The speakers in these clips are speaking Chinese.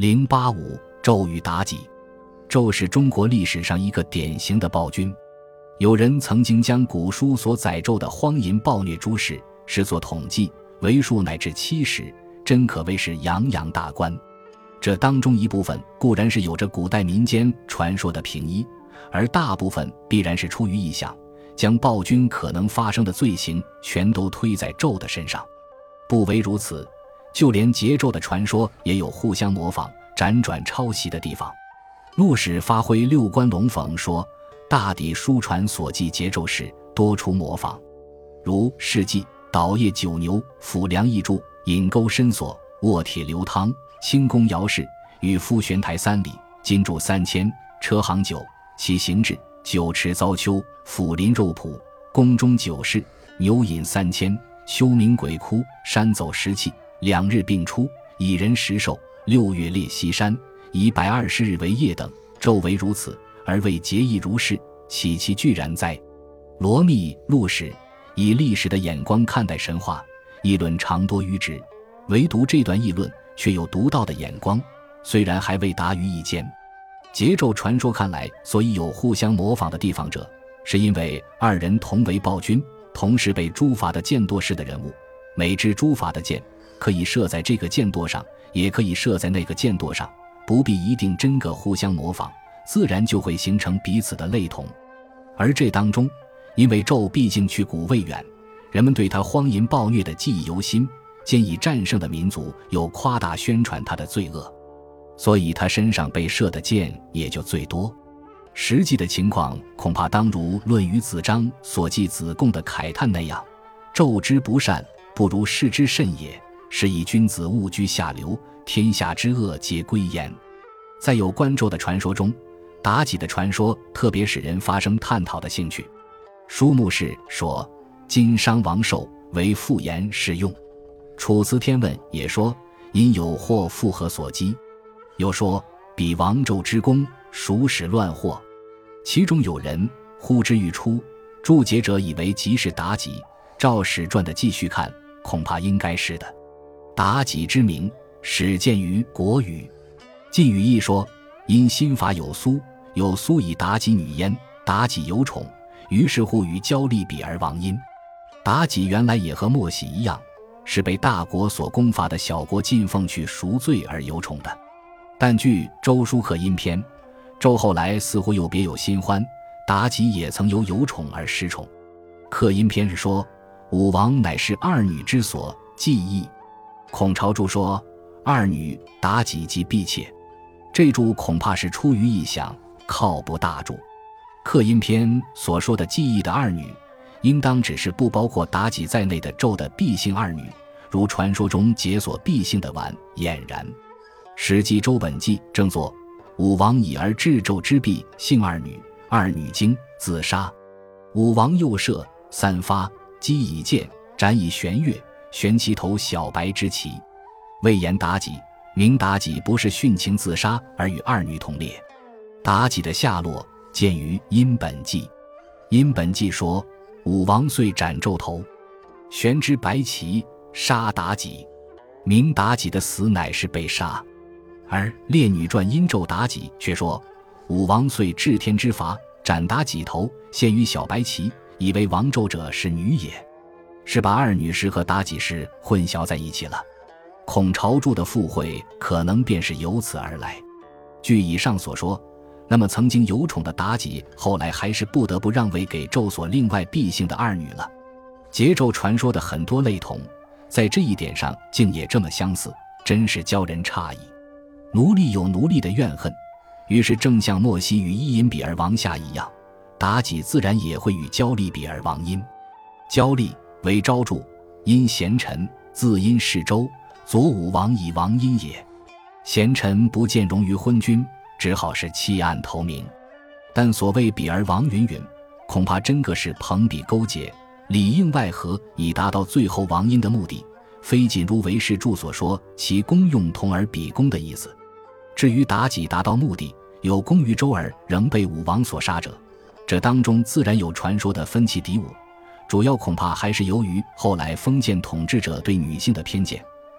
085纣与妲己。纣是中国历史上一个典型的暴君，有人曾经将古书所载纣的荒淫暴虐诸事视作统计，为数乃至70，真可谓是洋洋大观。这当中一部分固然是有着古代民间传说的凭依，而大部分必然是出于臆想，将暴君可能发生的罪行全都推在纣的身上。不唯如此，就连桀纣的传说也有互相模仿、辗转抄袭的地方。陆史发挥六官龙凤说，大抵书传所记桀纣事多出模仿，如世纪倒夜九牛、抚梁一柱、引钩深锁、卧铁流汤、清宫瑶氏、与夫悬台3里、金柱3000、车行9、其行至酒池遭丘、抚林肉脯、宫中9事、牛饮3000、休冥鬼哭、山走石器、2日并出、蚁人食兽、6月列西山，以120日为夜等，纣为如此，而为桀亦如是，岂其居然哉？罗密、陆史以历史的眼光看待神话，议论常多于之，唯独这段议论却有独到的眼光，虽然还未达于一见。桀纣传说看来所以有互相模仿的地方者，是因为二人同为暴君，同时被诛伐的剑舵式的人物，每支诛伐的箭可以射在这个箭舵上，也可以射在那个箭舵上，不必一定真个互相模仿，自然就会形成彼此的类同。而这当中，因为纣毕竟去古未远，人们对他荒淫暴虐的记忆犹新，兼以战胜的民族又夸大宣传他的罪恶，所以他身上被射的箭也就最多。实际的情况恐怕当如《论语·子张》所记子贡的慨叹那样，纣之不善，不如事之甚也，是以君子勿居下流，天下之恶皆归焉。在有关纣的传说中，妲己的传说特别使人发生探讨的兴趣。书目氏说，今商王寿为妇言适用。楚辞天问也说，因有祸复何所击。又说，彼王纣之功，孰使乱祸。其中有人呼之欲出，注解者以为即是妲己，照史传的继续看，恐怕应该是的。妲己之名，始见于国语。晋语亦说，因新法有苏，有苏以妲己女焉，妲己有宠，于是乎与交利比而亡殷。妲己原来也和莫喜一样，是被大国所攻伐的小国进奉去赎罪而有宠的。但据《周书克殷篇》，纣后来似乎又别有新欢，妲己也曾由有宠而失宠。克殷篇是说，武王乃是二女之所，记忆。孔朝注说，二女妲己即婢妾。这注恐怕是出于臆想，靠不大注。克殷篇所说的记忆的二女，应当只是不包括妲己在内的纣的婢姓二女，如传说中解锁婢姓的婉、俨然。史记周本纪正作，武王以而治纣之婢姓二女，二女经自杀。武王右射3发，击以箭，斩以玄月，悬其头小白之旗。魏言妲己，明妲己不是殉情自杀，而与二女同列。妲己的下落见于殷本纪。殷本纪说，武王遂斩纣头，悬之白旗，杀妲己。明妲己的死乃是被杀。而《列女传》殷纣妲己却说，武王遂治天之法，斩妲己头，献于小白旗，以为王纣者是女也，是把二女氏和妲己氏混淆在一起了。孔朝注的附会可能便是由此而来。据以上所说，那么曾经有宠的妲己，后来还是不得不让位给纣所另外婢姓的二女了。桀纣传说的很多类同，在这一点上竟也这么相似，真是教人诧异。奴隶有奴隶的怨恨，于是正像莫西与伊尹比而亡夏一样，妲己自然也会与交利比而亡殷。交利为昭著，因贤臣，自因世周，左武王以亡殷也。贤臣不见容于昏君，只好是弃暗投明。但所谓比而亡云云，恐怕真个是朋比勾结，里应外合，以达到最后亡殷的目的，非仅如韦氏注所说其功用同而比功的意思。至于妲己达到目的，有功于周而仍被武王所杀者，这当中自然有传说的分歧敌我，主要恐怕还是由于后来封建统治者对女性的偏见，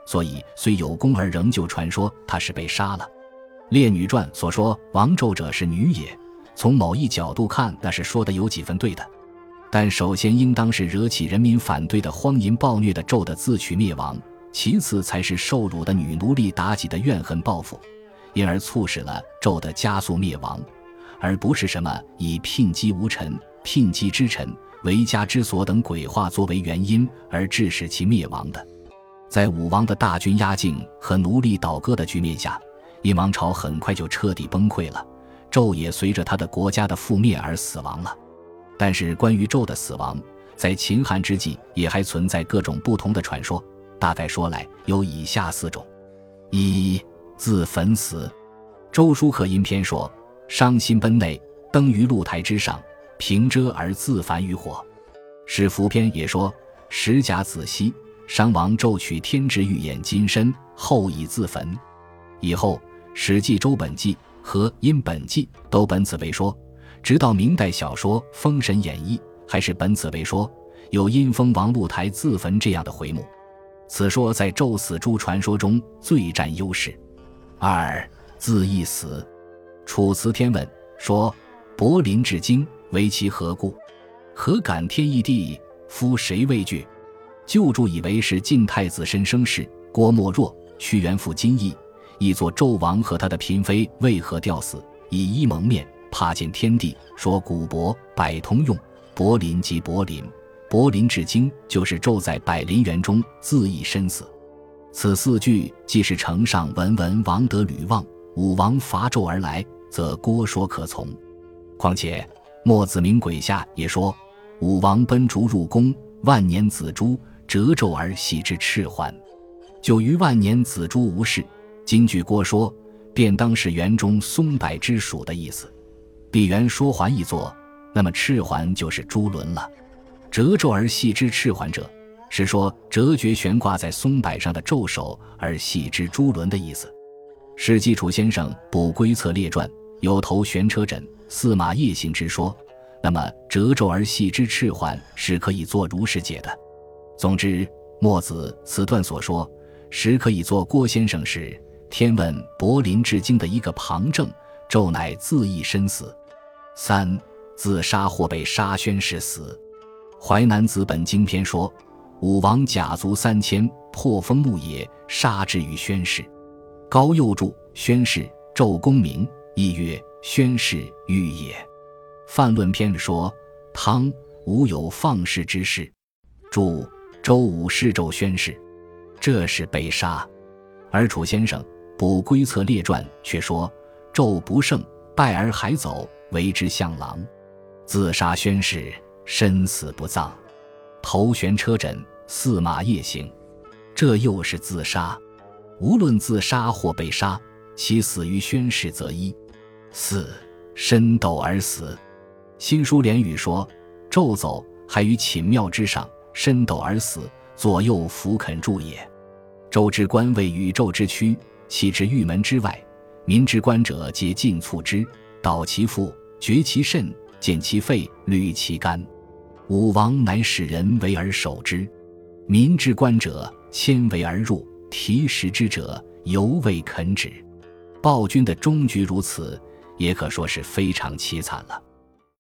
所以虽有功而仍旧传说他是被杀了。列女传所说亡纣者是女也，从某一角度看，那是说的有几分对的，但首先应当是惹起人民反对的荒淫暴虐的纣的自取灭亡，其次才是受辱的女奴隶妲己的怨恨报复，因而促使了纣的加速灭亡，而不是什么以聘姬无臣、聘姬之臣为家之所等鬼话作为原因而致使其灭亡的。在武王的大军压境和奴隶倒戈的局面下，殷王朝很快就彻底崩溃了，纣也随着他的国家的覆灭而死亡了。但是关于纣的死亡，在秦汉之际也还存在各种不同的传说，大概说来有以下4种。一、自焚死。周书克殷篇说，伤心奔内，登于露台之上，平遮而自焚于火。使服篇也说，时甲子息，商王纣取天之玉眼金身，后以自焚。以后史记周本纪和殷本纪都本此为说，直到明代小说《封神演义》还是本此为说，有殷封王露台自焚这样的回目。此说在纣死诛传说中最占优势。二、自缢死。楚辞天问说，柏林至今为其何故？何敢天异地，夫谁畏惧？旧注以为是晋太子申生氏郭沫若、屈原父金义，亦作纣王和他的嫔妃为何吊死，以衣蒙面，怕见天地，说古帛百通用，柏林即柏林，柏林至今就是纣在百林园中自缢身死。此4句既是呈上文王得吕望，武王伐纣而来，则郭说可从。况且墨子明轨下也说，武王奔逐入宫，万年子朱，折纣而系之赤环。就于万年子朱无事，今据郭说，便当是园中松柏之属的意思。必原说环一作，那么赤环就是朱轮了。折纣而系之赤环者，是说折绝悬挂在松柏上的纣首而系之朱轮的意思。史记楚先生补归策列传有头悬车枕，驷马夜行之说，那么折纣而系之赤环是可以做如是解的。总之，墨子此段所说，实可以做郭先生是天问柏林至今的一个旁证，纣乃自缢身死。三、自杀或被杀宣誓死。淮南子本经篇说，武王甲卒3000，破封牧野，杀之于宣氏。高诱注宣氏，纣公名，亦曰宣氏欲也。范论篇说，汤武有放矢之事，注周武弑纣宣氏，这是被杀。而楚先生补归策列传却说，纣不胜，败而还走，为之相郎，自杀宣誓，身死不葬，头悬车枕，驷马夜行，这又是自杀。无论自杀或被杀，其死于宣誓则一。四、身斗而死。新书联语说，纣走，还于寝庙之上，身斗而死，左右俯肯柱也。纣之官位于纣之躯，弃之玉门之外，民之官者皆尽促之，捣其腹，掘其肾，见其肺，滤其肝。武王乃使人为而守之，民之官者迁为而入，提食之者犹未肯止。暴君的终局如此，也可说是非常凄惨了。